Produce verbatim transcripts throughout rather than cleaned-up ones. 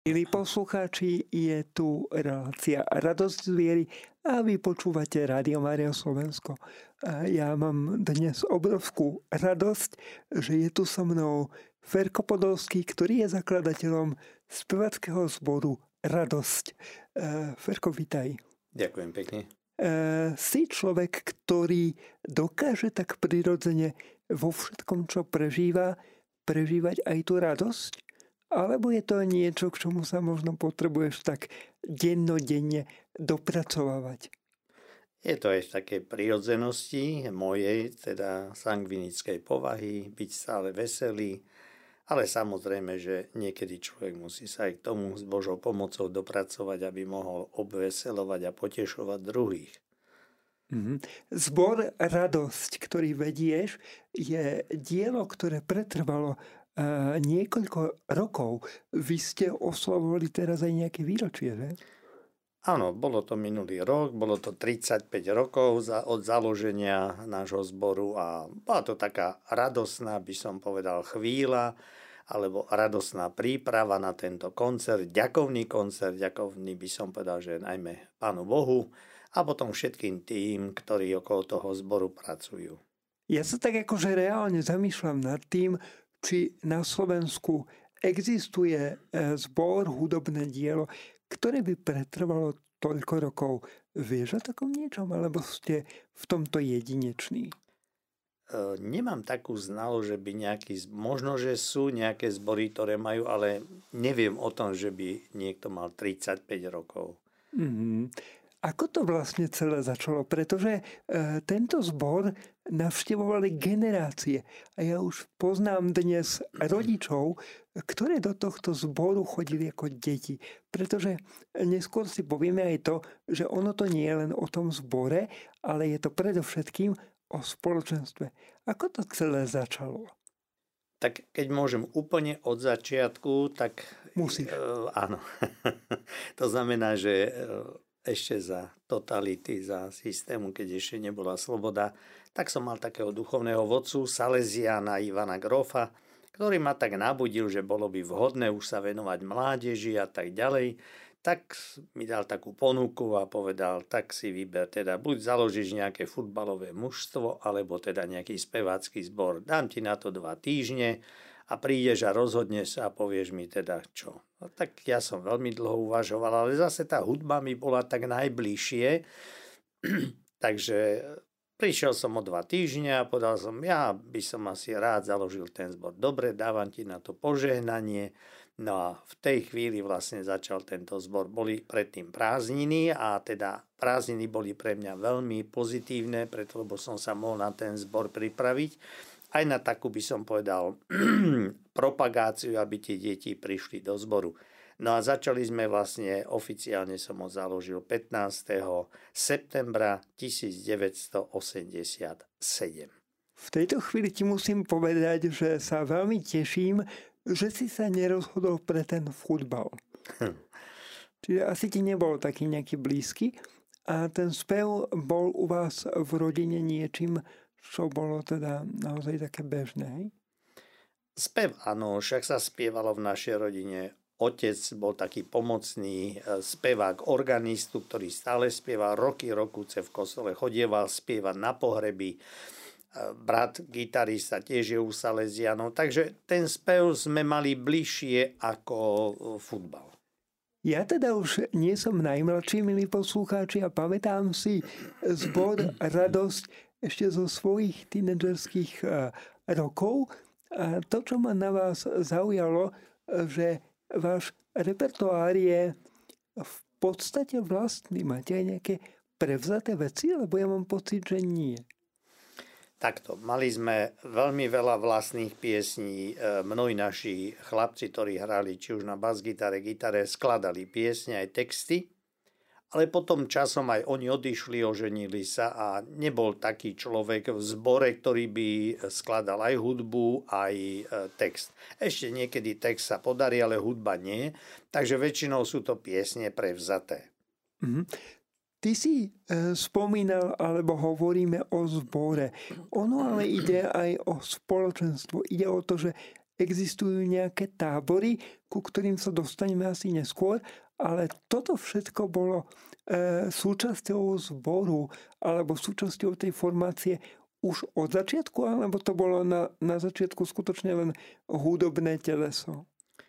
Milí poslucháči, je tu relácia Radosť z viery a vy počúvate Rádio Mária Slovensko. A ja mám dnes obrovskú radosť, že je tu so mnou Ferko Podolský, ktorý je zakladateľom spevackého zboru Radosť. E, Ferko, vitaj. Ďakujem pekne. E, si človek, ktorý dokáže tak prirodzene vo všetkom, čo prežíva, prežívať aj tú radosť? Alebo je to niečo, k čomu sa možno potrebuješ tak dennodenne dopracovávať? Je to aj v takej prirodzenosti mojej, teda sangvinickej povahy, byť stále veselý, ale samozrejme, že niekedy človek musí sa aj k tomu s Božou pomocou dopracovať, aby mohol obveselovať a potešovať druhých. Mm-hmm. Zbor Radosť, ktorý vedieš, je dielo, ktoré pretrvalo niekoľko rokov. Vy ste oslavovali teraz aj nejaké výročie, že? Áno, bolo to minulý rok, bolo to tridsaťpäť rokov za, od založenia nášho zboru a bola to taká radosná, by som povedal, chvíľa, alebo radosná príprava na tento koncert, ďakovný koncert, ďakovný by som povedal, že najmä Pánu Bohu a potom všetkým tým, ktorí okolo toho zboru pracujú. Ja sa tak akože reálne zamýšľam nad tým, či na Slovensku existuje zbor, hudobné dielo, ktoré by pretrvalo toľko rokov. Vieš o takom niečom, alebo ste v tomto jedineční? E, nemám takú znalosť, že by nejaký, možno, že sú nejaké zbory, ktoré majú, ale neviem o tom, že by niekto mal tridsaťpäť rokov. Mm-hmm. Ako to vlastne celé začalo? Pretože e, tento zbor navštevovali generácie. A ja už poznám dnes rodičov, ktoré do tohto zboru chodili ako deti. Pretože neskôr si povieme aj to, že ono to nie je len o tom zbore, ale je to predovšetkým o spoločenstve. Ako to celé začalo? Tak keď môžem úplne od začiatku, tak... Musíš. E, áno. To znamená, že... E, ešte za totality, za systému, keď ešte nebola sloboda, tak som mal takého duchovného vodcu, Salesiána Ivana Grofa, ktorý ma tak nabudil, že bolo by vhodné už sa venovať mládeži a tak ďalej. Tak mi dal takú ponuku a povedal, tak si vyber, teda buď založíš nejaké futbalové mužstvo, alebo teda nejaký spevácky zbor. Dám ti na to dva týždne a prídeš a rozhodneš sa a povieš mi teda čo. No, tak ja som veľmi dlho uvažoval, ale zase tá hudba mi bola tak najbližšie. Takže prišiel som o dva týždne a povedal som, ja by som asi rád založil ten zbor. Dobre, dávam ti na to požehnanie. No a v tej chvíli vlastne začal tento zbor. Boli predtým prázdniny a teda prázdniny boli pre mňa veľmi pozitívne, preto lebo som sa mohol na ten zbor pripraviť. Aj na takú by som povedal propagáciu, aby tie deti prišli do zboru. No a začali sme vlastne, oficiálne som ho založil pätnásteho septembra tisícdeväťstoosemdesiatsedem. V tejto chvíli ti musím povedať, že sa veľmi teším, že si sa nerozhodol pre ten futbal. Hm. Čiže asi ti nebol taký nejaký blízky a ten spev bol u vás v rodine niečím, čo bolo teda naozaj také bežné, hej? Spev, áno, však sa spievalo v našej rodine. Otec bol taký pomocný spevák organistu, ktorý stále spieval roky, rokuce v kostole, chodieval spievať na pohreby. Brat gitarista tiež je u Salesianov, takže ten spev sme mali bližšie ako futbal. Ja teda už nie som najmladší, milí poslucháči, a pamätám si zbor Radosť ešte zo svojich tínedžerských rokov. A to, čo ma na vás zaujalo, že váš repertoár je v podstate vlastný. Máte aj nejaké prevzaté veci? Lebo ja mám pocit, že nie. Takto, mali sme veľmi veľa vlastných piesní. Mnohí naši chlapci, ktorí hrali či už na bas-gitare, gitare, skladali piesne aj texty. Ale potom časom aj oni odišli, oženili sa a nebol taký človek v zbore, ktorý by skladal aj hudbu, aj text. Ešte niekedy text sa podarí, ale hudba nie. Takže väčšinou sú to piesne prevzaté. Mm-hmm. Ty si e, spomínal, alebo hovoríme o zbore. Ono ale ide aj o spoločenstvo. Ide o to, že existujú nejaké tábory, ku ktorým sa dostaneme asi neskôr, ale toto všetko bolo e, súčasťou zboru alebo súčasťou tej formácie už od začiatku, alebo to bolo na, na začiatku skutočne len hudobné teleso?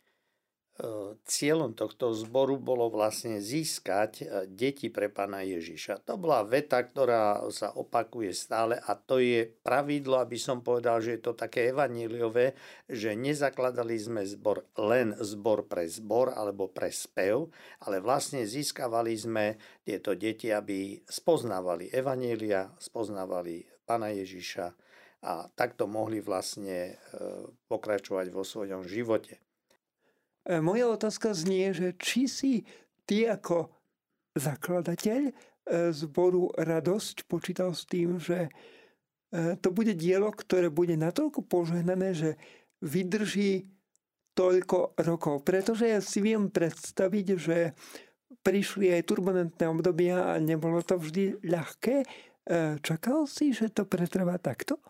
Cieľom tohto zboru bolo vlastne získať deti pre Pána Ježiša. To bola veta, ktorá sa opakuje stále a to je pravidlo, aby som povedal, že je to také evanjeliové, že nezakladali sme zbor len zbor pre zbor alebo pre spev, ale vlastne získavali sme tieto deti, aby spoznávali evanjelia, spoznávali Pána Ježiša a takto mohli vlastne pokračovať vo svojom živote. Moja otázka znie, že či si ty ako zakladateľ zboru Radosť počítal s tým, že to bude dielo, ktoré bude natoľko požehnané, že vydrží toľko rokov. Pretože ja si viem predstaviť, že prišli aj turbulentné obdobia a nebolo to vždy ľahké. Čakal si, že to pretrvá takto?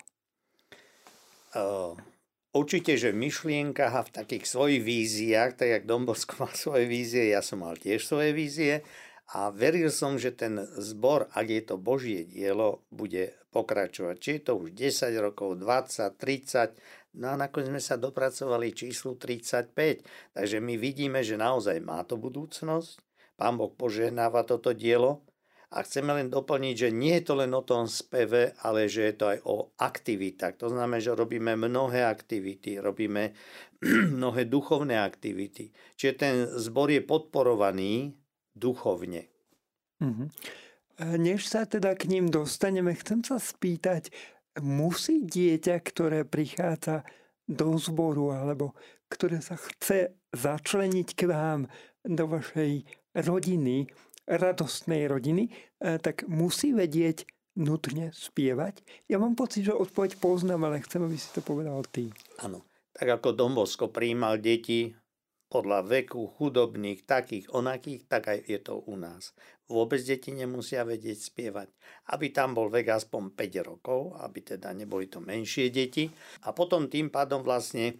Uh... Určite, že v myšlienkach a v takých svojich víziách, tak jak Don Bosco mal svoje vízie, ja som mal tiež svoje vízie a veril som, že ten zbor, ak je to Božie dielo, bude pokračovať. Či je to už desať rokov, dvadsať, tridsať, no a nakoniec sme sa dopracovali číslu tridsaťpäť. Takže my vidíme, že naozaj má to budúcnosť. Pán Boh požehnáva toto dielo. A chceme len doplniť, že nie je to len o tom speve, ale že je to aj o aktivitách. To znamená, že robíme mnohé aktivity, robíme mnohé duchovné aktivity. Čiže ten zbor je podporovaný duchovne. Mhm. Než sa teda k ním dostaneme, chcem sa spýtať, musí dieťa, ktoré prichádza do zboru, alebo ktoré sa chce začleniť k vám do vašej rodiny, radostnej rodiny, tak musí vedieť nutne spievať? Ja mám pocit, že odpoveď poznám, ale chcem, aby si to povedal ty. Áno. Tak ako Don Bosco prijímal deti podľa veku, chudobných, takých, onakých, tak aj je to u nás. Vôbec deti nemusia vedieť spievať. Aby tam bol vek aspoň päť rokov, aby teda neboli to menšie deti. A potom tým pádom vlastne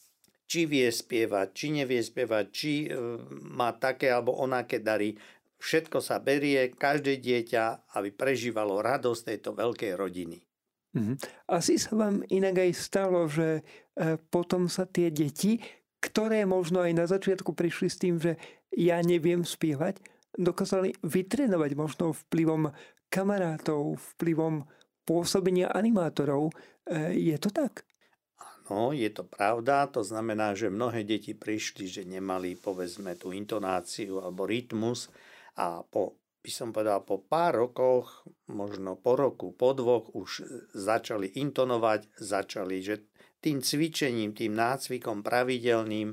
či vie spievať, či nevie spievať, či má také alebo onaké dary. Všetko sa berie, každé dieťa, aby prežívalo radosť tejto veľkej rodiny. Mhm. Asi sa vám inak aj stalo, že potom sa tie deti, ktoré možno aj na začiatku prišli s tým, že ja neviem spievať, dokázali vytrénovať možno vplyvom kamarátov, vplyvom pôsobenia animátorov. Je to tak? Áno, je to pravda. To znamená, že mnohé deti prišli, že nemali, povedzme, tú intonáciu alebo rytmus. A po, by som povedal, po pár rokoch, možno po roku, po dvoch, už začali intonovať, začali, že tým cvičením, tým nácvikom pravidelným e,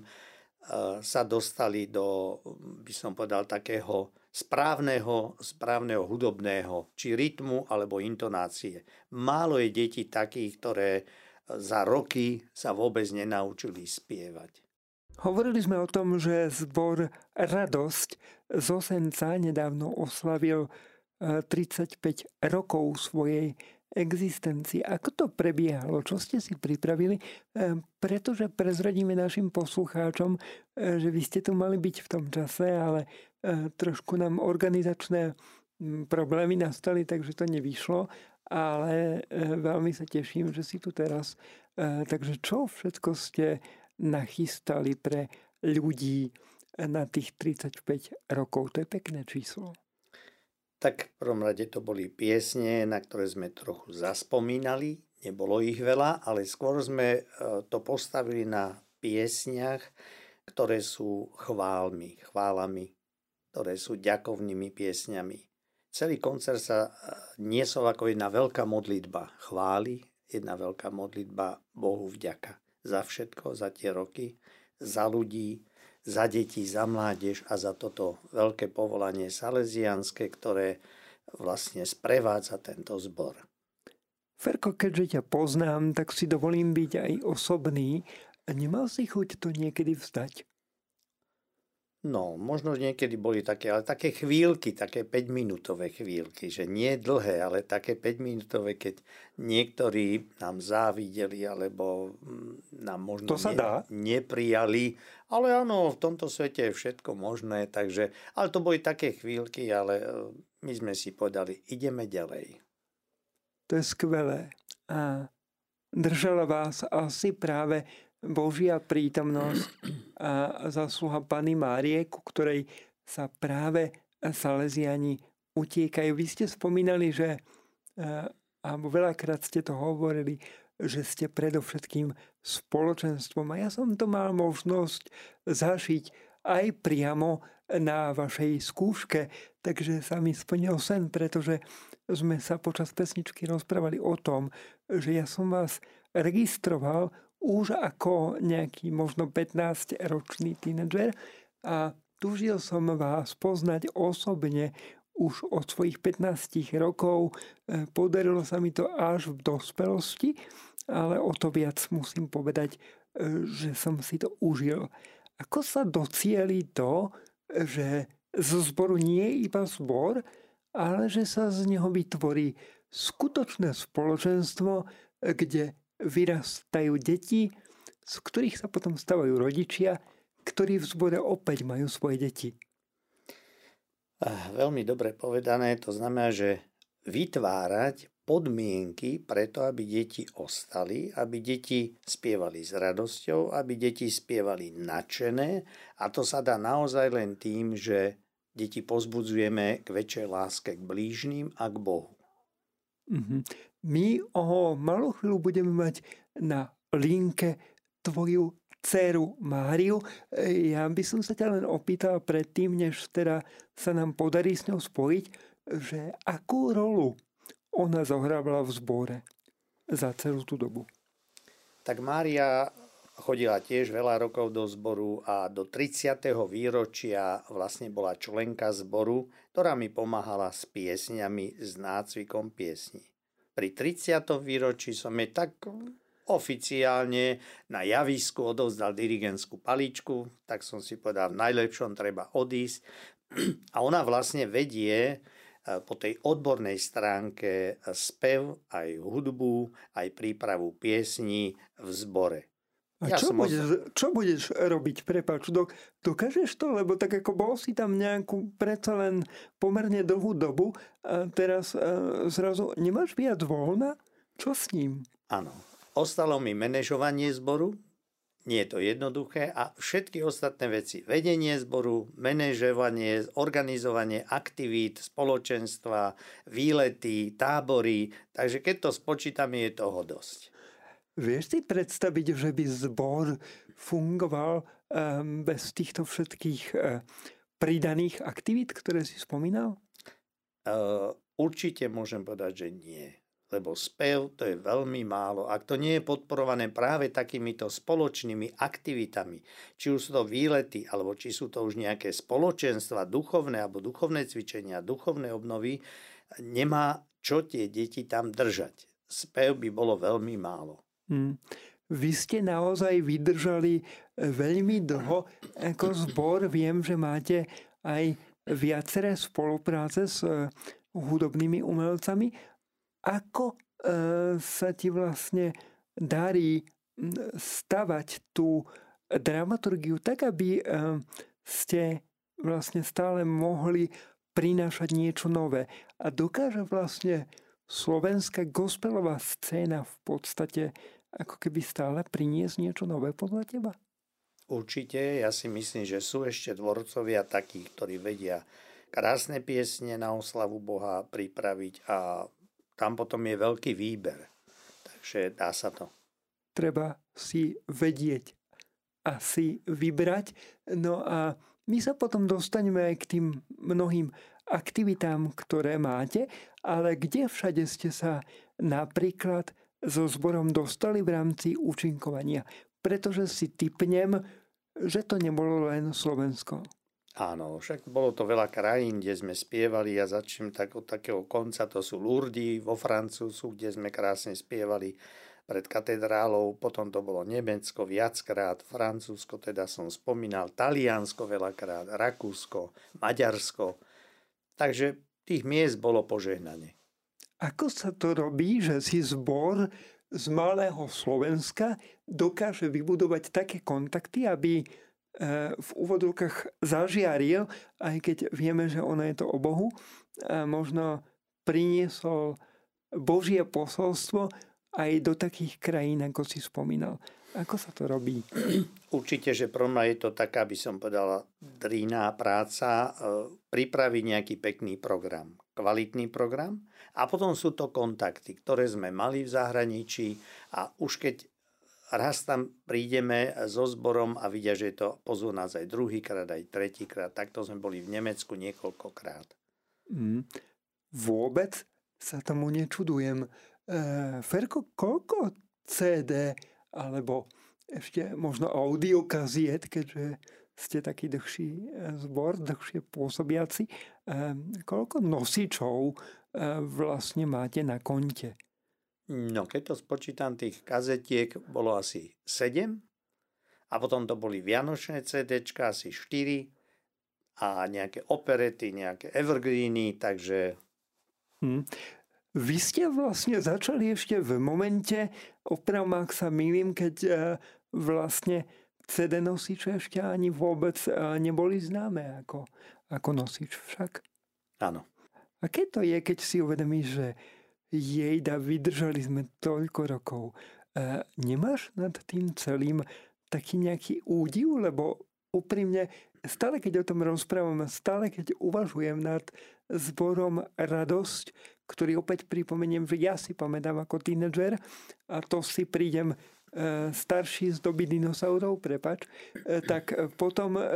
sa dostali do, by som povedal, takého správneho, správneho hudobného, či rytmu, alebo intonácie. Málo je detí takých, ktoré za roky sa vôbec nenaučili spievať. Hovorili sme o tom, že zbor Radosť z Osenca nedávno oslavil tridsaťpäť rokov svojej existencie. Ako to prebiehalo? Čo ste si pripravili? Pretože prezradíme našim poslucháčom, že vy ste tu mali byť v tom čase, ale trošku nám organizačné problémy nastali, takže to nevyšlo. Ale veľmi sa teším, že si tu teraz. Takže čo všetko ste nachystali pre ľudí na tých tridsaťpäť rokov? To je pekné číslo. Tak v prvom rade to boli piesne, na ktoré sme trochu zaspomínali. Nebolo ich veľa, ale skôr sme to postavili na piesniach, ktoré sú chválmi, chválami, ktoré sú ďakovnými piesňami. Celý koncert sa niesol ako jedna veľká modlitba chvály, jedna veľká modlitba Bohu vďaka za všetko, za tie roky, za ľudí, za deti, za mládež a za toto veľké povolanie salesianske, ktoré vlastne sprevádza tento zbor. Ferko, keďže ťa poznám, tak si dovolím byť aj osobný. Nemal si chuť to niekedy vzdať? No, možno niekedy boli také, ale také chvíľky, také päťminútové chvíľky, že nie dlhé, ale také päťminútové, keď niektorí nám závideli, alebo mm, nám možno To sa ne, dá? neprijali. Ale áno, v tomto svete je všetko možné, takže, ale to boli také chvíľky, ale e, my sme si povedali, ideme ďalej. To je skvelé. A držala vás asi práve Božia prítomnosť a zásluha Panny Márie, ku ktorej sa práve Salesiani utiekajú. Vy ste spomínali, že, alebo veľakrát ste to hovorili, že ste predovšetkým spoločenstvom. A ja som to mal možnosť zažiť aj priamo na vašej skúške. Takže sa mi splnil sen, pretože sme sa počas pesničky rozprávali o tom, že ja som vás registroval už ako nejaký možno pätnásťročný tínedžer a túžil som vás poznať osobne už od svojich pätnástich rokov. Podarilo sa mi to až v dospelosti, ale o to viac musím povedať, že som si to užil. Ako sa docieli to, že zo zboru nie je iba zbor, ale že sa z neho vytvorí skutočné spoločenstvo, kde vyrastajú deti, z ktorých sa potom stávajú rodičia, ktorí v zbore opäť majú svoje deti. Veľmi dobre povedané, to znamená, že vytvárať podmienky preto, aby deti ostali, aby deti spievali s radosťou, aby deti spievali nadšené, a to sa dá naozaj len tým, že deti pozbudzujeme k väčšej láske k blížnym a k Bohu. Mm-hmm. My o malú chvíľu budeme mať na linke tvoju dceru Máriu. Ja by som sa ťa len opýtal predtým, než teda sa nám podarí s ňou spojiť, že akú rolu ona zohrávala v zbore za celú tú dobu. Tak Mária chodila tiež veľa rokov do zboru a do tridsiateho výročia vlastne bola členka zboru, ktorá mi pomáhala s piesňami, s nácvikom piesní. Pri tridsiatom výročí som jej tak oficiálne na javisku odovzdal dirigentskú paličku, tak som si povedal, v najlepšom treba odísť. A ona vlastne vedie po tej odbornej stránke spev, aj hudbu, aj prípravu piesní v zbore. A Ja čo, som budeš, os- čo budeš robiť? Prepáč, dok, dokážeš to? Lebo tak ako bol si tam nejakú predsa len pomerne dlhú dobu a teraz a zrazu nemáš viac voľna? Čo s ním? Áno. Ostalo mi manažovanie zboru, nie je to jednoduché, a všetky ostatné veci. Vedenie zboru, manažovanie, organizovanie aktivít, spoločenstva, výlety, tábory. Takže keď to spočítame, je toho dosť. Vieš si predstaviť, že by zbor fungoval um, bez týchto všetkých uh, pridaných aktivít, ktoré si spomínal? Uh, určite môžem povedať, že nie. Lebo spev to je veľmi málo. Ak to nie je podporované práve takýmito spoločnými aktivitami, či už sú to výlety, alebo či sú to už nejaké spoločenstva duchovné, alebo duchovné cvičenia, duchovné obnovy, nemá čo tie deti tam držať. Spev by bolo veľmi málo. Hmm. Vy ste naozaj vydržali veľmi dlho ako zbor. Viem, že máte aj viaceré spolupráce s hudobnými umelcami. Ako e, sa ti vlastne darí stavať tú dramaturgiu tak, aby e, ste vlastne stále mohli prinášať niečo nové? A dokáže vlastne slovenská gospelová scéna v podstate ako keby stále priniesť niečo nové podľa teba? Určite, ja si myslím, že sú ešte tvorcovia takí, ktorí vedia krásne piesne na oslavu Boha pripraviť, a tam potom je veľký výber. Takže dá sa to. Treba si vedieť a si vybrať. No a my sa potom dostaneme aj k tým mnohým aktivitám, ktoré máte, ale kde všade ste sa napríklad so zborom dostali v rámci účinkovania? Pretože si tipnem, že to nebolo len Slovensko. Áno, však bolo to veľa krajín, kde sme spievali. Ja začnem tak od takého konca, to sú Lourdes vo Francúzsku, kde sme krásne spievali. pred katedrálou, potom to bolo Nemecko viackrát, Francúzsko, teda som spomínal, Taliansko veľakrát, Rakúsko, Maďarsko. Takže tých miest bolo požehnanie. Ako sa to robí, že si zbor z malého Slovenska dokáže vybudovať také kontakty, aby v úvodovkách zažiaril, aj keď vieme, že ono je to o Bohu, a možno priniesol Božie posolstvo aj do takých krajín, ako si spomínal. Ako sa to robí? Určite, že pro mňa je to taká, by som povedala, dríná práca, pripraviť nejaký pekný program, kvalitný program a potom sú to kontakty, ktoré sme mali v zahraničí a už keď raz tam prídeme so zborom a vidia, že to pozvú nás aj druhýkrát, aj tretíkrát, takto sme boli v Nemecku niekoľkokrát. Mm, vôbec sa tomu nečudujem. Uh, Ferko, koľko cé dé alebo ešte možno audiokaziet, keďže ste taký dlhší zbor, dlhšie pôsobiaci, uh, koľko nosičov uh, vlastne máte na konte? No, keď to spočítam, tých kazetiek bolo asi sedem a potom to boli vianočné cé déčka, asi štyri a nejaké operety, nejaké evergreeny, takže... Hmm. Vy ste vlastne začali ešte v momente, opravom ak sa mýlim, keď vlastne cé dé nosiče ešte ani vôbec neboli známe ako, ako nosič však. Áno. Aké to je, keď si uvedomíš, že jejda, vydržali sme toľko rokov. Nemáš nad tým celým taký nejaký údiv? Lebo úprimne, stále keď o tom rozprávam, stále keď uvažujem nad zborom Radosť, ktorý opäť pripomeniem, že ja si pamätám ako tínedžer a to si prídem e, starší z doby dinosaurov, prepač, e, tak potom e,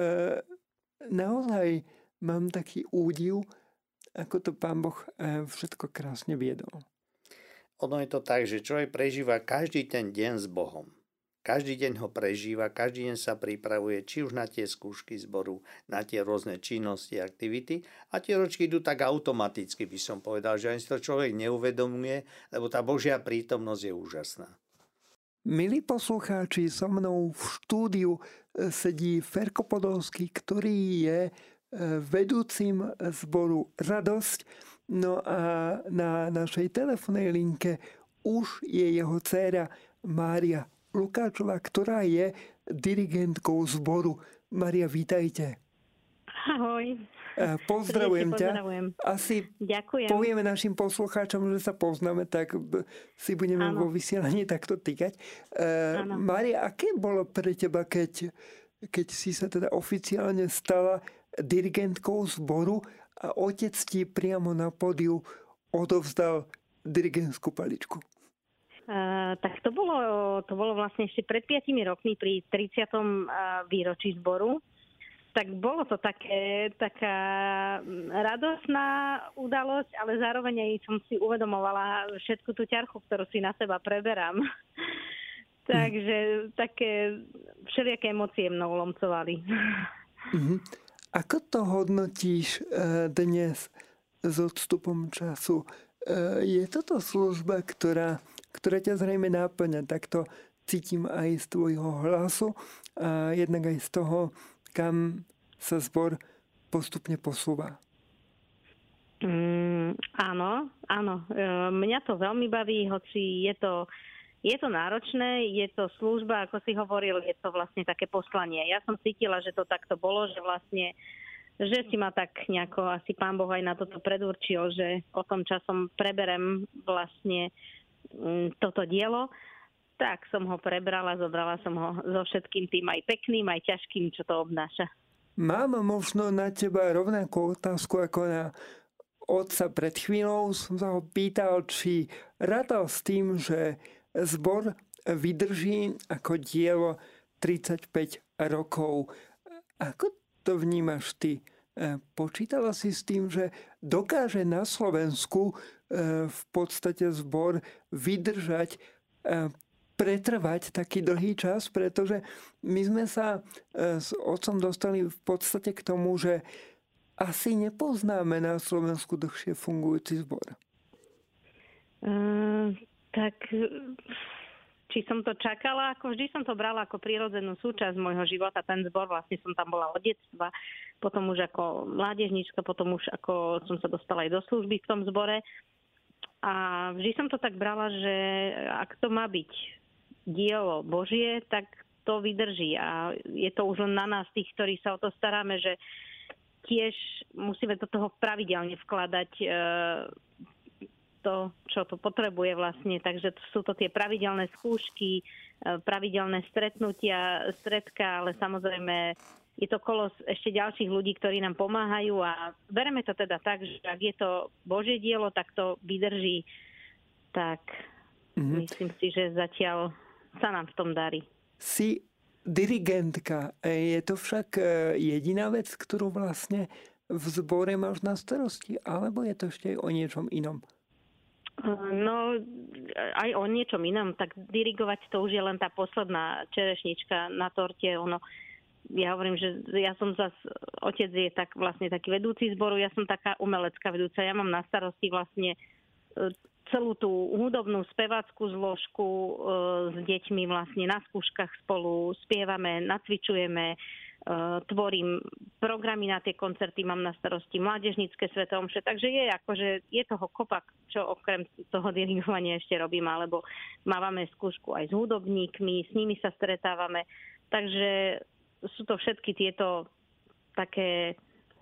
naozaj mám taký údiv, ako to Pán Boh e, všetko krásne viedol. Ono je to tak, že človek prežíva každý ten deň s Bohom. Každý deň ho prežíva, každý deň sa pripravuje, či už na tie skúšky zboru, na tie rôzne činnosti, aktivity. A tie ročky idú tak automaticky, by som povedal, že ani si to človek neuvedomuje, lebo tá Božia prítomnosť je úžasná. Milí poslucháči, so mnou v štúdiu sedí Ferko Podolský, ktorý je vedúcim zboru Radosť. No a na našej telefónnej linke už je jeho dcéra Mária Lukáčová, ktorá je dirigentkou zboru. Mária, vítajte. Ahoj. Pozdravujem ťa. Pozdravujem. Asi Ďakujem. povieme našim poslucháčom, že sa poznáme, tak si budeme Áno. vo vysielaní takto tykať. Áno. Mária, aké bolo pre teba, keď, keď si sa teda oficiálne stala dirigentkou zboru a otec ti priamo na pódiu odovzdal dirigentskú paličku? Uh, tak to bolo, to bolo vlastne ešte pred piatimi rokmi pri tridsiatom výročí zboru. Tak bolo to také, taká radosná udalosť, ale zároveň aj som si uvedomovala všetku tú ťarchu, ktorú si na seba preberám. Takže také všelijaké emócie mnou lomcovali. Mm-hmm. Ako to hodnotíš uh, dnes s odstupom času? Uh, je toto služba, ktorá ktorá ťa zrejme náplňa. Tak to cítim aj z tvojho hlasu a jednak aj z toho, kam sa zbor postupne posúva. Mm, áno, áno. E, mňa to veľmi baví, hoci je to, je to náročné, je to služba, ako si hovoril, je to vlastne také poslanie. Ja som cítila, že to takto bolo, že vlastne že si ma tak nejako asi Pán Boh aj na toto predurčil, že o tom časom preberem vlastne toto dielo, tak som ho prebrala, zobrala som ho so všetkým tým aj pekným, aj ťažkým, čo to obnáša. Mám možno na teba rovnakú otázku ako na otca pred chvíľou. Som sa ho pýtal, či rátal s tým, že zbor vydrží ako dielo tridsaťpäť rokov. Ako to vnímaš ty? Počítala si s tým, že dokáže na Slovensku v podstate zbor vydržať, pretrvať taký dlhý čas, pretože my sme sa s otcom dostali v podstate k tomu, že asi nepoznáme na Slovensku dlhšie fungujúci zbor. Uh, tak či som to čakala, ako vždy som to brala ako prirodzenú súčasť môjho života. Ten zbor, vlastne som tam bola od detstva, potom už ako mládežníčka, potom už ako som sa dostala aj do služby v tom zbore. A vždy som to tak brala, že ak to má byť dielo Božie, tak to vydrží. A je to už len na nás, tých, ktorí sa o to staráme, že tiež musíme do toho pravidelne vkladať e, to, čo to potrebuje vlastne. Takže sú to tie pravidelné skúšky, e, pravidelné stretnutia, stredka, ale samozrejme je to kolo ešte ďalších ľudí, ktorí nám pomáhajú a bereme to teda tak, že ak je to Božie dielo, tak to vydrží. Tak mm-hmm. myslím si, že zatiaľ sa nám v tom darí. Si dirigentka. Je to však jediná vec, ktorú vlastne v zbore máš na starosti? Alebo je to ešte aj o niečom inom? No, aj o niečom inom. Tak dirigovať to už je len tá posledná čerešnička na torte. Ono, ja hovorím, že ja som zas, otec je tak vlastne taký vedúci zboru, ja som taká umelecká vedúca. Ja mám na starosti vlastne celú tú hudobnú speváckú zložku e, s deťmi vlastne na skúškach spolu spievame, nacvičujeme, e, tvorím programy na tie koncerty, mám na starosti mládežnícke sväté omše, takže je akože je toho kopak, čo okrem toho dirigovania ešte robím, alebo mávame skúšku aj s hudobníkmi, s nimi sa stretávame, takže sú to všetky tieto také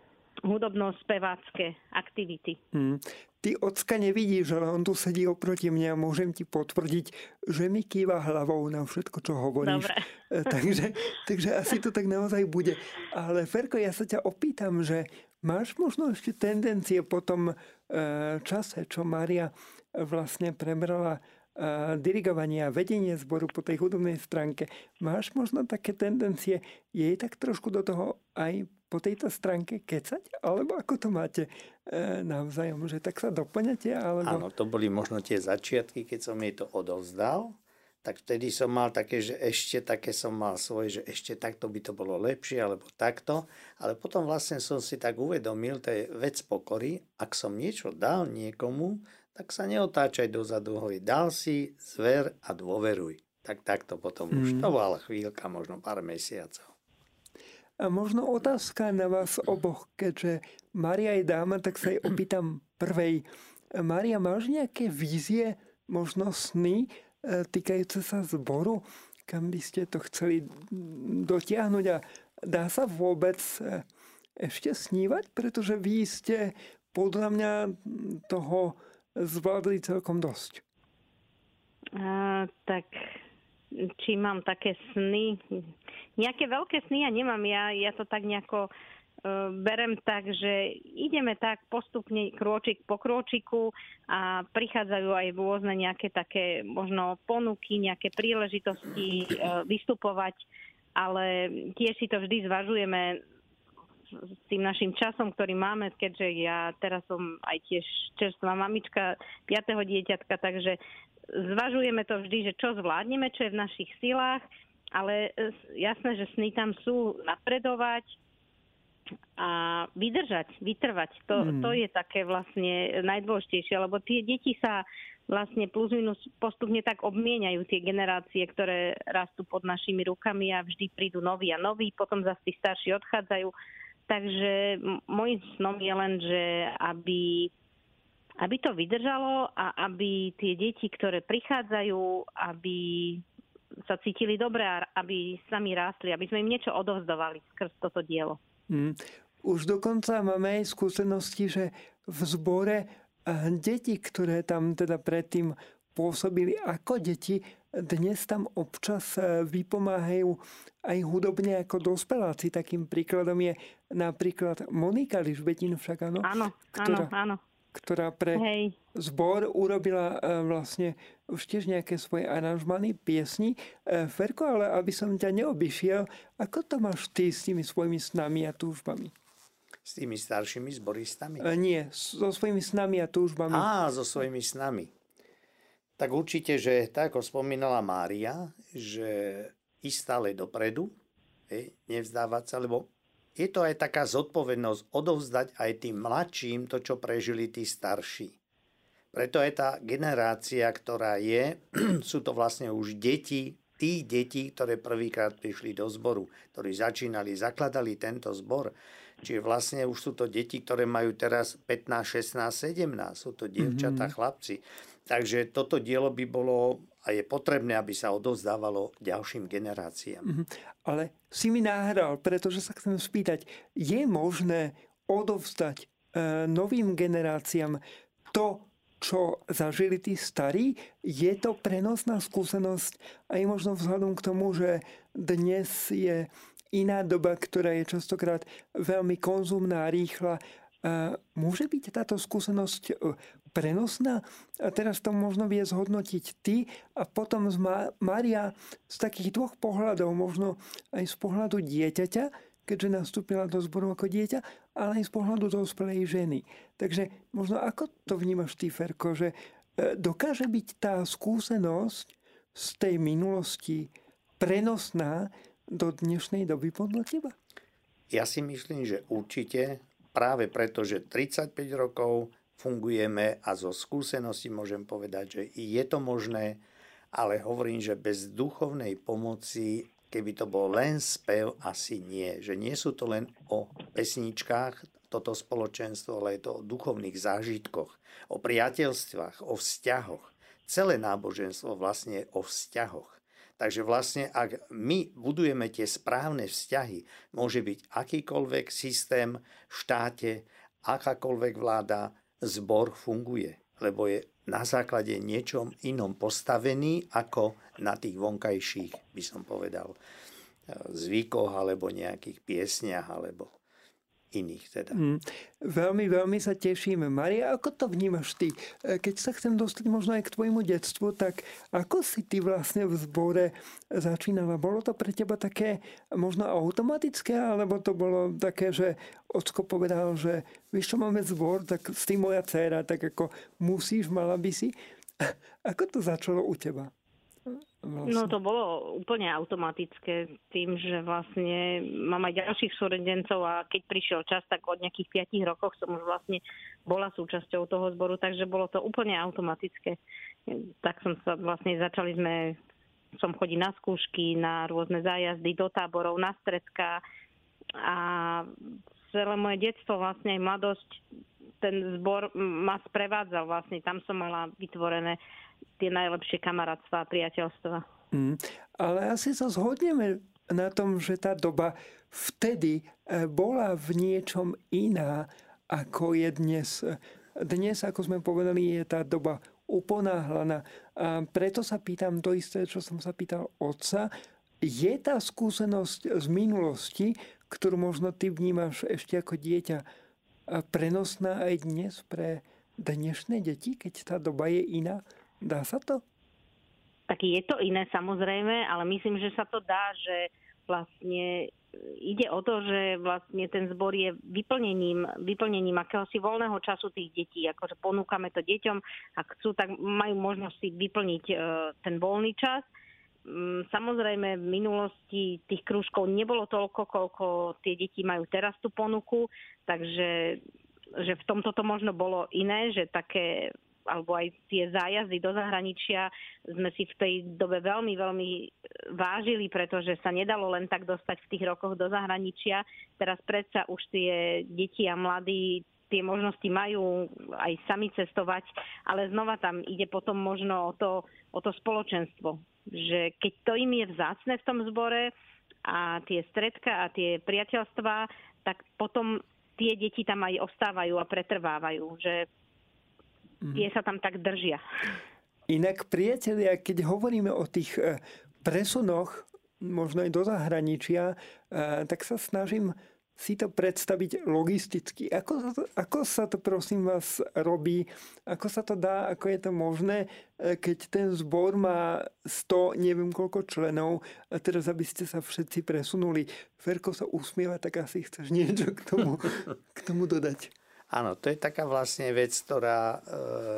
hudobno-spevácké aktivity. Hmm. Ty ocka nevidíš, ale on tu sedí oproti mne a môžem ti potvrdiť, že mi kýva hlavou na všetko, čo hovoríš. Dobre. takže, takže asi to tak naozaj bude. Ale Ferko, ja sa ťa opýtam, že máš možno ešte tendencie po tom čase, čo Mária vlastne prebrala dirigovanie a vedenie zboru po tej hudobnej stránke. Máš možno také tendencie jej tak trošku do toho aj po tejto stránke kecať? Alebo ako to máte e, navzájom? Že tak sa doplňate? Alebo... Áno, to boli možno tie začiatky, keď som jej to odovzdal. Tak vtedy som mal také, že ešte také som mal svoje, že ešte takto by to bolo lepšie, alebo takto. Ale potom vlastne som si tak uvedomil, to je vec pokory. Ak som niečo dal niekomu, tak sa neotáčaj dozadu. Hovorí, dal si, zver a dôveruj. Tak takto potom mm. už to bola chvíľka, možno pár mesiacov. A možno otázka na vás oboch, keďže Mária je dáma, tak sa jej opýtam prvej. Mária, máš nejaké vízie, možno sny týkajúce sa zboru, kam by ste to chceli dotiahnuť a dá sa vôbec ešte snívať? Pretože vy ste podľa mňa toho zvládli celkom dosť. Uh, tak či mám také sny? Nejaké veľké sny ja nemám. Ja, ja to tak nejako uh, berem tak, že ideme tak postupne krôčik po krôčiku a prichádzajú aj rôzne nejaké také možno ponuky, nejaké príležitosti uh, vystupovať, ale tiež si to vždy zvažujeme s tým našim časom, ktorý máme, keďže ja teraz som aj tiež čerstvá mamička piateho dieťatka, takže zvažujeme to vždy, že čo zvládneme, čo je v našich silách, ale jasné, že sny tam sú napredovať a vydržať, vytrvať. To, mm. to je také vlastne najdôležitejšie, lebo tie deti sa vlastne plus minus postupne tak obmieniajú tie generácie, ktoré rastú pod našimi rukami a vždy prídu noví a noví, potom zase tí starší odchádzajú. Takže môjim snom je len, že aby, aby to vydržalo a aby tie deti, ktoré prichádzajú, aby sa cítili dobre a aby sami rástli, aby sme im niečo odovzdovali skrz toto dielo. Mm. Už dokonca máme aj skúsenosti, že v zbore deti, ktoré tam teda predtým pôsobili ako deti, dnes tam občas vypomáhajú aj hudobne ako dospeláci. Takým príkladom je napríklad Monika Ližbetin, však áno? Áno, ktorá, áno, áno. Ktorá pre Hej. zbor urobila vlastne už tiež nejaké svoje aranžmány, piesni. Ferko, ale aby som ťa neobyšiel, ako to máš ty s tými svojimi snami a túžbami? S tými staršími zboristami? E, nie, so svojimi snami a túžbami. Á, so svojimi snami. Tak určite, že tak ako spomínala Mária, že ísť stále dopredu, hej, nevzdávať sa, lebo je to aj taká zodpovednosť odovzdať aj tým mladším to, čo prežili tí starší. Preto je tá generácia, ktorá je, sú to vlastne už deti, tí deti, ktoré prvýkrát prišli do zboru, ktorí začínali, zakladali tento zbor. Čiže vlastne už sú to deti, ktoré majú teraz pätnásť, šestnásť, sedemnásť. Sú to dievčatá, mm-hmm. chlapci. Takže toto dielo by bolo a je potrebné, aby sa odovzdávalo ďalším generáciám. Mm-hmm. Ale si mi náhral, pretože sa chcem spýtať, je možné odovzdať e, novým generáciám to, čo zažili tí starí? Je to prenosná skúsenosť aj možno vzhľadom k tomu, že dnes je iná doba, ktorá je častokrát veľmi konzumná, rýchla. Môže byť táto skúsenosť prenosná? A teraz to možno vie zhodnotiť ty a potom z Mária z takých dvoch pohľadov, možno aj z pohľadu dieťaťa, keďže nastúpila do zboru ako dieťa, ale aj z pohľadu dospelej ženy. Takže možno ako to vnímaš ty, Ferko, že dokáže byť tá skúsenosť z tej minulosti prenosná do dnešnej doby podľa teba? Ja si myslím, že určite, práve preto, že tridsaťpäť rokov fungujeme a zo skúsenosti môžem povedať, že je to možné, ale hovorím, že bez duchovnej pomoci, keby to bol len spev, asi nie. Že nie sú to len o pesničkách, toto spoločenstvo, ale je to o duchovných zážitkoch, o priateľstvách, o vzťahoch. Celé náboženstvo vlastne je o vzťahoch. Takže vlastne, ak my budujeme tie správne vzťahy, môže byť akýkoľvek systém v štáte, akákoľvek vláda, zbor funguje, lebo je na základe niečom inom postavený ako na tých vonkajších, by som povedal, zvykoch alebo nejakých piesniach alebo iných teda. Mm, veľmi, veľmi sa tešíme. Mária, ako to vnímaš ty? Keď sa chcem dostať možno aj k tvojmu detstvu, tak ako si ty vlastne v zbore začínala? Bolo to pre teba také možno automatické, alebo to bolo také, že ocko povedal, že vieš čo, máme zbor, tak si moja dcéra, tak ako musíš, mala by si. Ako to začalo u teba? Vlastne. No to bolo úplne automatické tým, že vlastne mám aj ďalších súrodencov a keď prišiel čas, tak od nejakých piatich rokoch som už vlastne bola súčasťou toho zboru, takže bolo to úplne automatické. Tak som sa vlastne začali sme, som chodiť na skúšky, na rôzne zájazdy do táborov, na stredka a celé moje detstvo, vlastne aj mladosť, ten zbor ma sprevádzal vlastne, tam som mala vytvorené tie najlepšie kamarátstva a priateľstva. Mm, ale asi sa zhodneme na tom, že tá doba vtedy bola v niečom iná, ako je dnes. Dnes, ako sme povedali, je tá doba uponáhlaná. A preto sa pýtam to isté, čo som sa pýtal otca. Je tá skúsenosť z minulosti, ktorú možno ty vnímaš ešte ako dieťa, prenosná aj dnes pre dnešné deti, keď tá doba je iná? Dá sa to? Tak je to iné samozrejme, ale myslím, že sa to dá, že vlastne ide o to, že vlastne ten zbor je vyplnením, vyplnením akéhosi voľného času tých detí. Akože ponúkame to deťom, ak chcú, tak majú možnosť si vyplniť ten voľný čas. Samozrejme v minulosti tých krúžkov nebolo toľko, koľko tie deti majú teraz tú ponuku, takže že v tomto to možno bolo iné, že také alebo aj tie zájazdy do zahraničia sme si v tej dobe veľmi, veľmi vážili, pretože sa nedalo len tak dostať v tých rokoch do zahraničia. Teraz predsa už tie deti a mladí tie možnosti majú aj sami cestovať, ale znova tam ide potom možno o to, o to spoločenstvo. Že keď to im je vzácne v tom zbore a tie stredka a tie priateľstvá, tak potom tie deti tam aj ostávajú a pretrvávajú, že tie sa tam tak držia. Inak, priatelia, keď hovoríme o tých presunoch, možno aj do zahraničia, tak sa snažím si to predstaviť logisticky. Ako sa to, ako sa to prosím vás robí? Ako sa to dá? Ako je to možné, keď ten zbor má sto, neviem koľko členov, a teraz aby ste sa všetci presunuli. Ferko sa usmieva, tak asi chceš niečo k tomu, k tomu dodať. Áno, to je taká vlastne vec, ktorá e,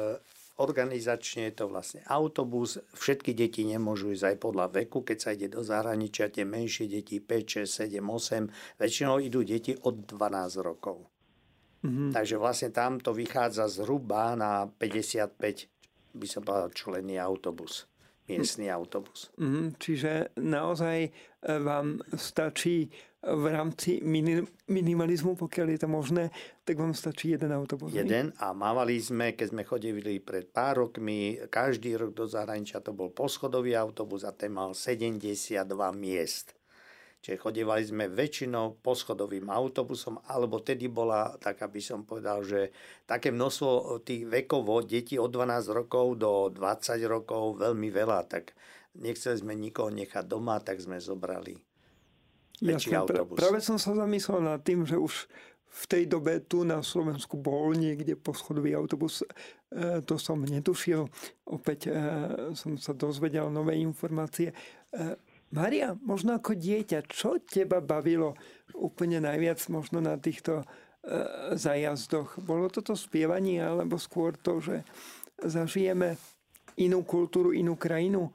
organizačne je to vlastne autobus. Všetky deti nemôžu ísť aj podľa veku, keď sa ide do zahraničia, tie menšie deti päť, šesť, sedem, osem. Väčšinou idú deti od dvanásť rokov. Mm-hmm. Takže vlastne tam to vychádza zhruba na päťdesiatpäť, by som povedal, členný autobus. Miestny autobus. Mm-hmm. Čiže naozaj vám stačí v rámci minim, minimalizmu, pokiaľ je to možné, tak vám stačí jeden autobus. Jeden a mávali sme, keď sme chodili pred pár rokmi, každý rok do zahraničia, to bol poschodový autobus a ten mal sedemdesiatdva miest. Čiže chodívali sme väčšinou poschodovým autobusom, alebo tedy bola, tak aby som povedal, že také množstvo tých vekovo, detí od dvanásť rokov do dvadsať rokov, veľmi veľa, tak nechceli sme nikoho nechať doma, tak sme zobrali väčší Jasne, autobus. Práve som sa zamyslel nad tým, že už v tej dobe tu na Slovensku bol niekde poschodový autobus. E, to som netušil. Opäť e, som sa dozvedel nové informácie. E, Mária, možno ako dieťa, čo teba bavilo úplne najviac možno na týchto e, zájazdoch? Bolo toto spievanie, alebo skôr to, že zažijeme inú kultúru, inú krajinu?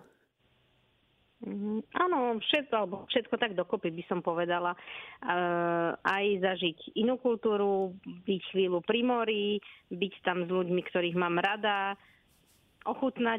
Mm, áno, všetko, alebo všetko tak dokopy by som povedala. E, aj zažiť inú kultúru, byť chvíľu pri mori, byť tam s ľuďmi, ktorých mám rada, ochutnať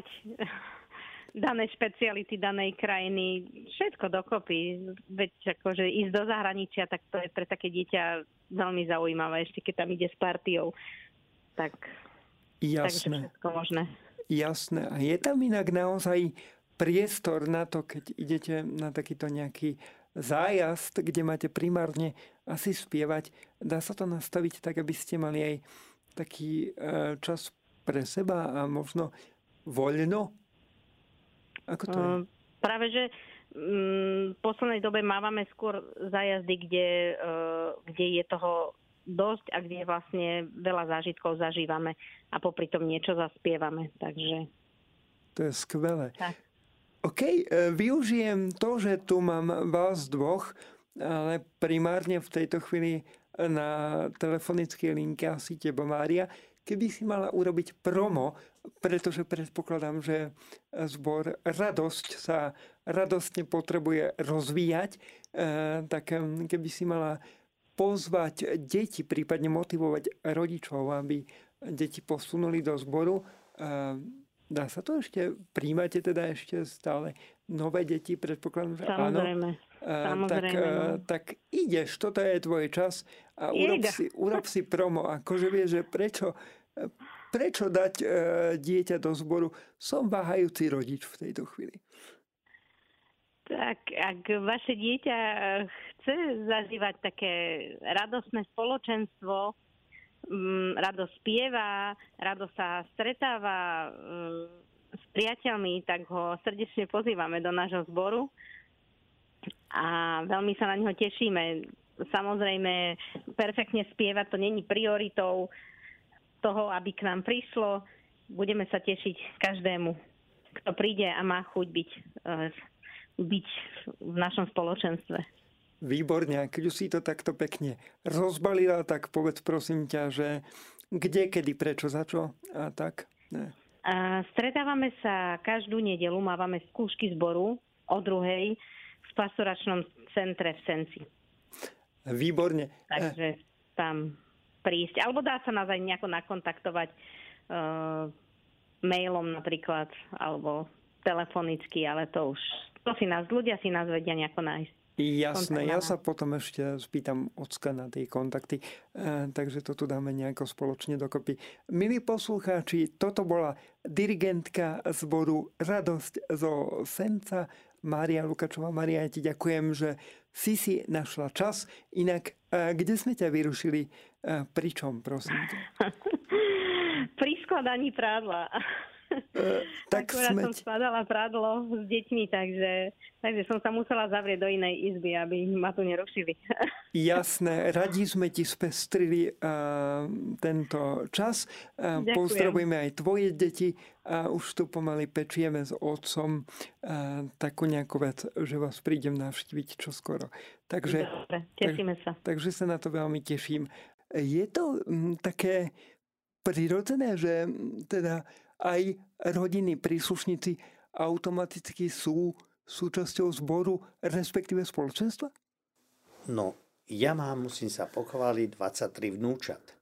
dané špeciality danej krajiny, všetko dokopy. Veď akože ísť do zahraničia, tak to je pre také dieťa veľmi zaujímavé, ešte keď tam ide s partiou. Tak, takže všetko možné. Jasné. A je tam inak naozaj priestor na to, keď idete na takýto nejaký zájazd, kde máte primárne asi spievať. Dá sa to nastaviť tak, aby ste mali aj taký čas pre seba a možno voľno? Ako to je? Práve, že v poslednej dobe mávame skôr zájazdy, kde, kde je toho dosť a kde vlastne veľa zážitkov zažívame a popri tom niečo zaspievame. Takže... To je skvelé. Tak. OK, využijem to, že tu mám vás dvoch, ale primárne v tejto chvíli na telefonickej linke asi teba, Mária. Keby si mala urobiť promo, pretože predpokladám, že zbor Radosť sa radostne potrebuje rozvíjať, tak keby si mala pozvať deti, prípadne motivovať rodičov, aby deti posunuli do zboru, dá sa to ešte? Príjmate teda ešte stále nové deti? Predpokladám, že Samozrejme. áno. Samozrejme, tak, no. tak ideš, toto je tvoj čas a urob si, urob si promo. Akože vieš, že prečo Prečo dať e, dieťa do zboru? Som váhajúci rodič v tejto chvíli. Tak, ak vaše dieťa chce zažívať také radostné spoločenstvo, m, rado spieva, rado sa stretáva m, s priateľmi, tak ho srdečne pozývame do nášho zboru a veľmi sa na neho tešíme. Samozrejme, perfektne spievať to není prioritou toho, aby k nám prišlo. Budeme sa tešiť každému, kto príde a má chuť byť, byť v našom spoločenstve. Výborne. Keď už si to takto pekne rozbalila, tak povedz prosím ťa, že kde, kedy, prečo, za čo a tak. Ne. A stretávame sa každú nedeľu, mávame skúšky zboru o druhej v pastoračnom centre v Senci. Výborne. Takže tam prísť. Alebo dá sa nás aj nejako nakontaktovať uh, mailom napríklad, alebo telefonicky, ale to už, to si nás, ľudia si nás vedia nejako nájsť. Jasné, ja sa potom ešte spýtam ocka na tie kontakty, e, takže to tu dáme nejako spoločne dokopy. Milí poslucháči, toto bola dirigentka zboru Radosť zo Senca, Mária Lukačová. Mária, ja ti ďakujem, že si si našla čas. Inak, e, kde sme ťa vyrušili? E, pri čom, prosím ťa? Pri skladaní prádla. Uh, tak Akurát sme... som skladala prádlo s deťmi, takže, takže som sa musela zavrieť do inej izby, aby ma tu nerušili. Jasné, radi sme ti spestrili uh, tento čas. Uh, pozdravujeme aj tvoje deti a už tu pomaly pečieme s otcom uh, takú nejakú vec, že vás prídem navštíviť čoskoro. Takže, Dobre, tešíme tak, sa. Takže sa na to veľmi teším. Je to um, také prirodzené, že teda aj rodiny, príslušníci automaticky sú súčasťou zboru, respektíve spoločenstva? No, ja mám, musím sa pochváliť, dvadsaťtri vnúčat.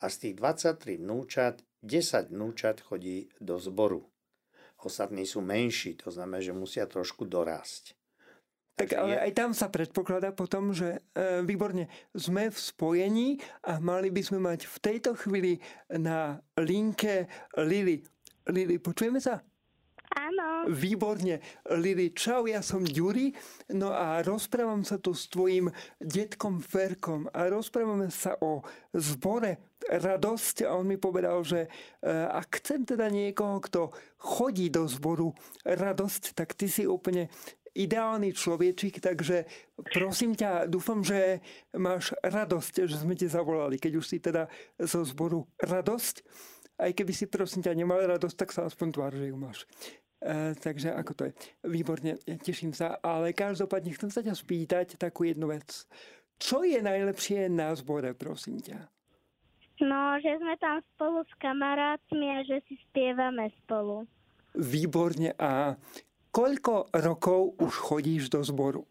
a z tých dvadsaťtri vnúčat desať vnúčat chodí do zboru. Ostatní sú menší, to znamená, že musia trošku dorásť. Tak ale je... aj tam sa predpokladá potom, že e, výborne sme v spojení a mali by sme mať v tejto chvíli na linke Lili. Lili, počujeme sa? Áno. Výborne. Lili, čau, ja som Ďuri, no a rozprávam sa tu s tvojim detkom Ferkom a rozprávame sa o zbore Radosť a on mi povedal, že ak chcem teda niekoho, kto chodí do zboru Radosť, tak ty si úplne ideálny človečik, takže prosím ťa, dúfam, že máš radosť, že sme te zavolali, keď už si teda zo zboru Radosť. Aj keby si prosím ťa nemal radosť, tak sa aspoň tvár, že ju máš. E, takže ako to je? Výborne, teším sa. Ale každopádne chcem sa ťa spýtať takú jednu vec. Čo je najlepšie na zbore, prosím ťa? No, že sme tam spolu s kamarátmi a že si spievame spolu. Výborne. A koľko rokov už chodíš do zboru?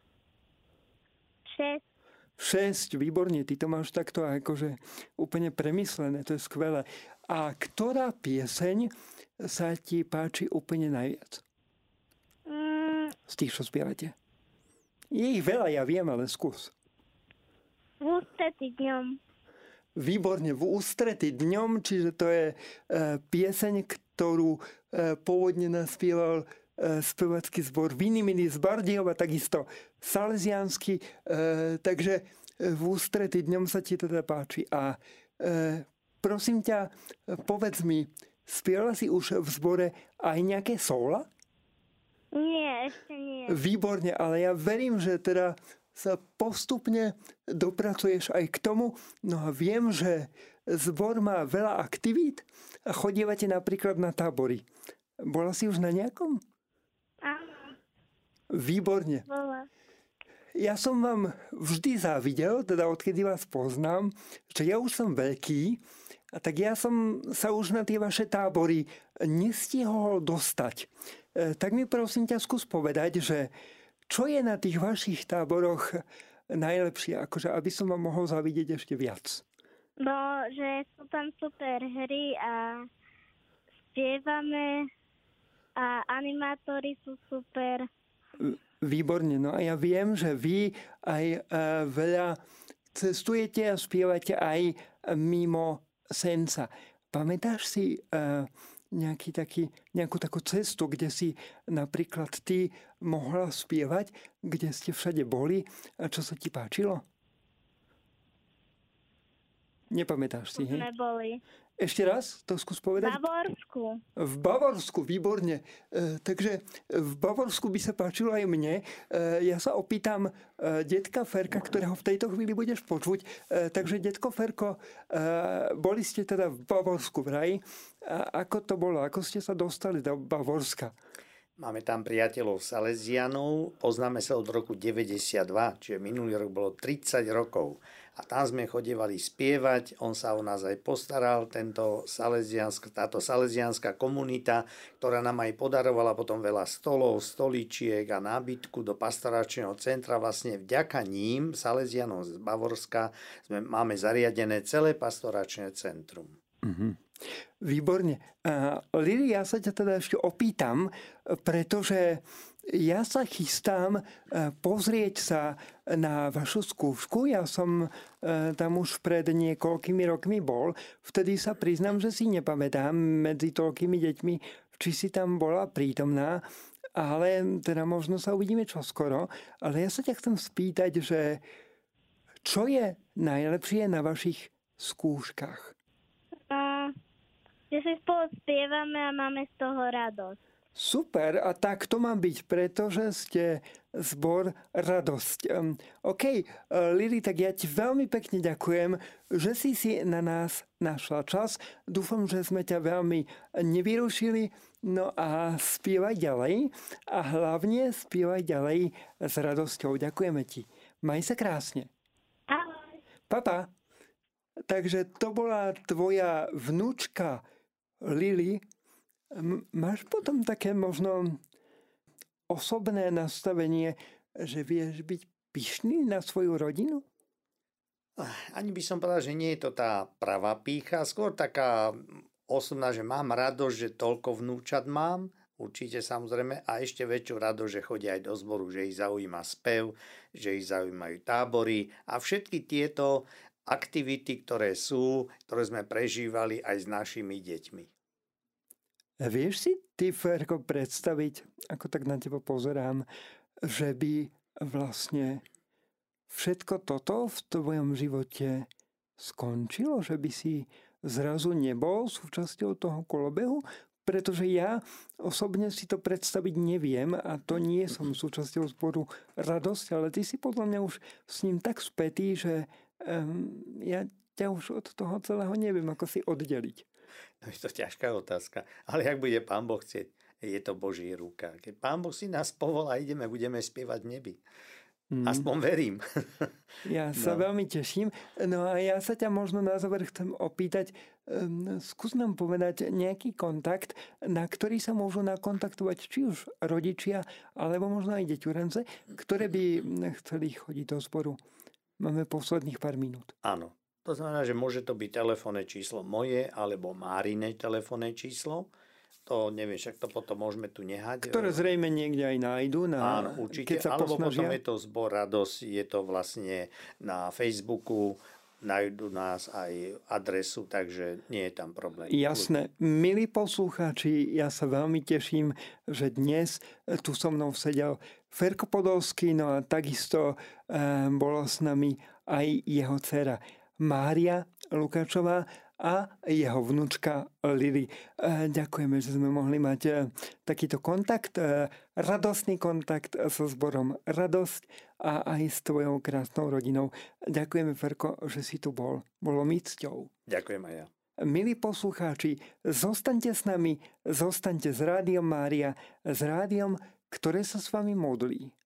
Šesť. Šesť, výborne. Ty to máš takto akože úplne premyslené. To je skvelé. A ktorá pieseň sa ti páči úplne najviac? Mm, Z tých, čo spievate. Je ich veľa, ja viem, ale skús. v ústretí dňom. Výborne, v ústrety dňom, čiže to je e, pieseň, ktorú e, pôvodne naspieval e, spevacký zbor Vinimini z Bardejova, takisto salesiansky, e, takže v ústrety dňom sa ti teda páči. A e, prosím ťa, povedz mi, spievala si už v zbore aj nejaké sóla? Nie, ešte nie. Výborne, ale ja verím, že teda sa postupne dopracuješ aj k tomu. No a viem, že zbor má veľa aktivít a chodívate napríklad na tábory. Bola si už na nejakom? Áno, Výborne. bola. Ja som vám vždy závidel, teda odkedy vás poznám, že ja už som veľký, a tak ja som sa už na tie vaše tábory nestihol dostať. E, tak mi prosím ťa skús povedať, že čo je na tých vašich táboroch najlepšie, akože aby som vám mohol zavidieť ešte viac? No, že sú tam super hry a spievame a animátori sú super. Výborne, no a ja viem, že vy aj e, veľa cestujete a spievate aj mimo Senca. Pamätáš si e, nejaký taký, nejakú takú cestu, kde si napríklad ty mohla spievať, kde ste všade boli a čo sa ti páčilo? Nepamätáš si, hej? Neboli. Ešte raz to skús V povedať. Bavorsku. V Bavorsku, výborne. E, takže v Bavorsku by sa páčilo aj mne. E, ja sa opýtam e, detka Ferka, ktorého v tejto chvíli budeš počuť. E, takže detko Ferko, e, boli ste teda v Bavorsku vraj. A ako to bolo? Ako ste sa dostali do Bavorska? Máme tam priateľov Salesianov, poznáme sa od roku deväťdesiatdva, čiže minulý rok bolo tridsať rokov. A tam sme chodievali spievať, on sa o nás aj postaral, tento salesiansk, táto salesianská komunita, ktorá nám aj podarovala potom veľa stolov, stoličiek a nábytku do pastoračného centra. Vlastne vďaka ním, Salesianom z Bavorska, sme, máme zariadené celé pastoračné centrum. Mhm. Výborne. Uh, Lili, ja sa ťa teda ešte opýtam, pretože ja sa chystám uh, pozrieť sa na vašu skúšku. Ja som uh, tam už pred niekoľkými rokmi bol. Vtedy sa priznám, že si nepamätám medzi toľkými deťmi, či si tam bola prítomná, ale teda možno sa uvidíme čoskoro. Ale ja sa ťa chcem spýtať, že čo je najlepšie na vašich skúškach? No, že si spolu spievame a máme z toho radosť. Super, a tak to má byť, pretože ste zbor Radosť. Um, OK, uh, Lili, tak ja ti veľmi pekne ďakujem, že si si na nás našla čas. Dúfam, že sme ťa veľmi nevyrušili. No a spievaj ďalej a hlavne spievaj ďalej s radosťou. Ďakujeme ti. Maj sa krásne. Ahoj. Papa. Takže to bola tvoja vnúčka Lili. M- máš potom také možno osobné nastavenie, že vieš byť pyšný na svoju rodinu? Ani by som povedal, že nie je to tá pravá pýcha, skôr taká osobná, že mám radosť, že toľko vnúčat mám, určite samozrejme, a ešte väčšiu radosť, že chodia aj do zboru, že ich zaujíma spev, že ich zaujímajú tábory a všetky tieto aktivity, ktoré sú, ktoré sme prežívali aj s našimi deťmi. Vieš si ty, Ferko, predstaviť, ako tak na teba pozerám, že by vlastne všetko toto v tvojom živote skončilo? Že by si zrazu nebol súčasťou toho kolobehu? Pretože ja osobne si to predstaviť neviem a to nie som súčasťou zboru Radosť, ale ty si podľa mňa už s ním tak spätý, že um, ja ťa už od toho celého neviem, ako si oddeliť. To je to ťažká otázka. Ale ak bude Pán Boh chcieť, je to Boží ruka. Keď Pán Boh si nás povolá, ideme, budeme spievať v nebi. Mm. Aspoň verím. Ja sa no. veľmi teším. No a ja sa ťa možno na záver chcem opýtať, um, skús nám povedať nejaký kontakt, na ktorý sa môžu nakontaktovať či už rodičia, alebo možno aj deťurence, ktoré by chceli chodiť do zboru. Máme posledných pár minút. Áno. To znamená, že môže to byť telefónne číslo moje alebo Márine telefónne číslo. To neviem, však to potom môžeme tu nehať. Ktoré zrejme niekde aj nájdu. Na, Áno, určite. Keď sa alebo posnažia. Potom je to Zbor Radosť, je to vlastne na Facebooku, nájdu nás aj adresu, takže nie je tam problém. Jasné. Milí poslucháči, ja sa veľmi teším, že dnes tu so mnou sedel Ferko Podolský, no a takisto e, bola s nami aj jeho dcera Mária Lukáčová a jeho vnúčka Lili. Ďakujeme, že sme mohli mať takýto kontakt, radostný kontakt so zborom Radosť a aj s tvojou krásnou rodinou. Ďakujeme, Ferko, že si tu bol. Bolo mi cťou. Ďakujem aj ja. Milí poslucháči, zostaňte s nami, zostaňte s Rádiom Mária, s rádiom, ktoré sa s vami modlí.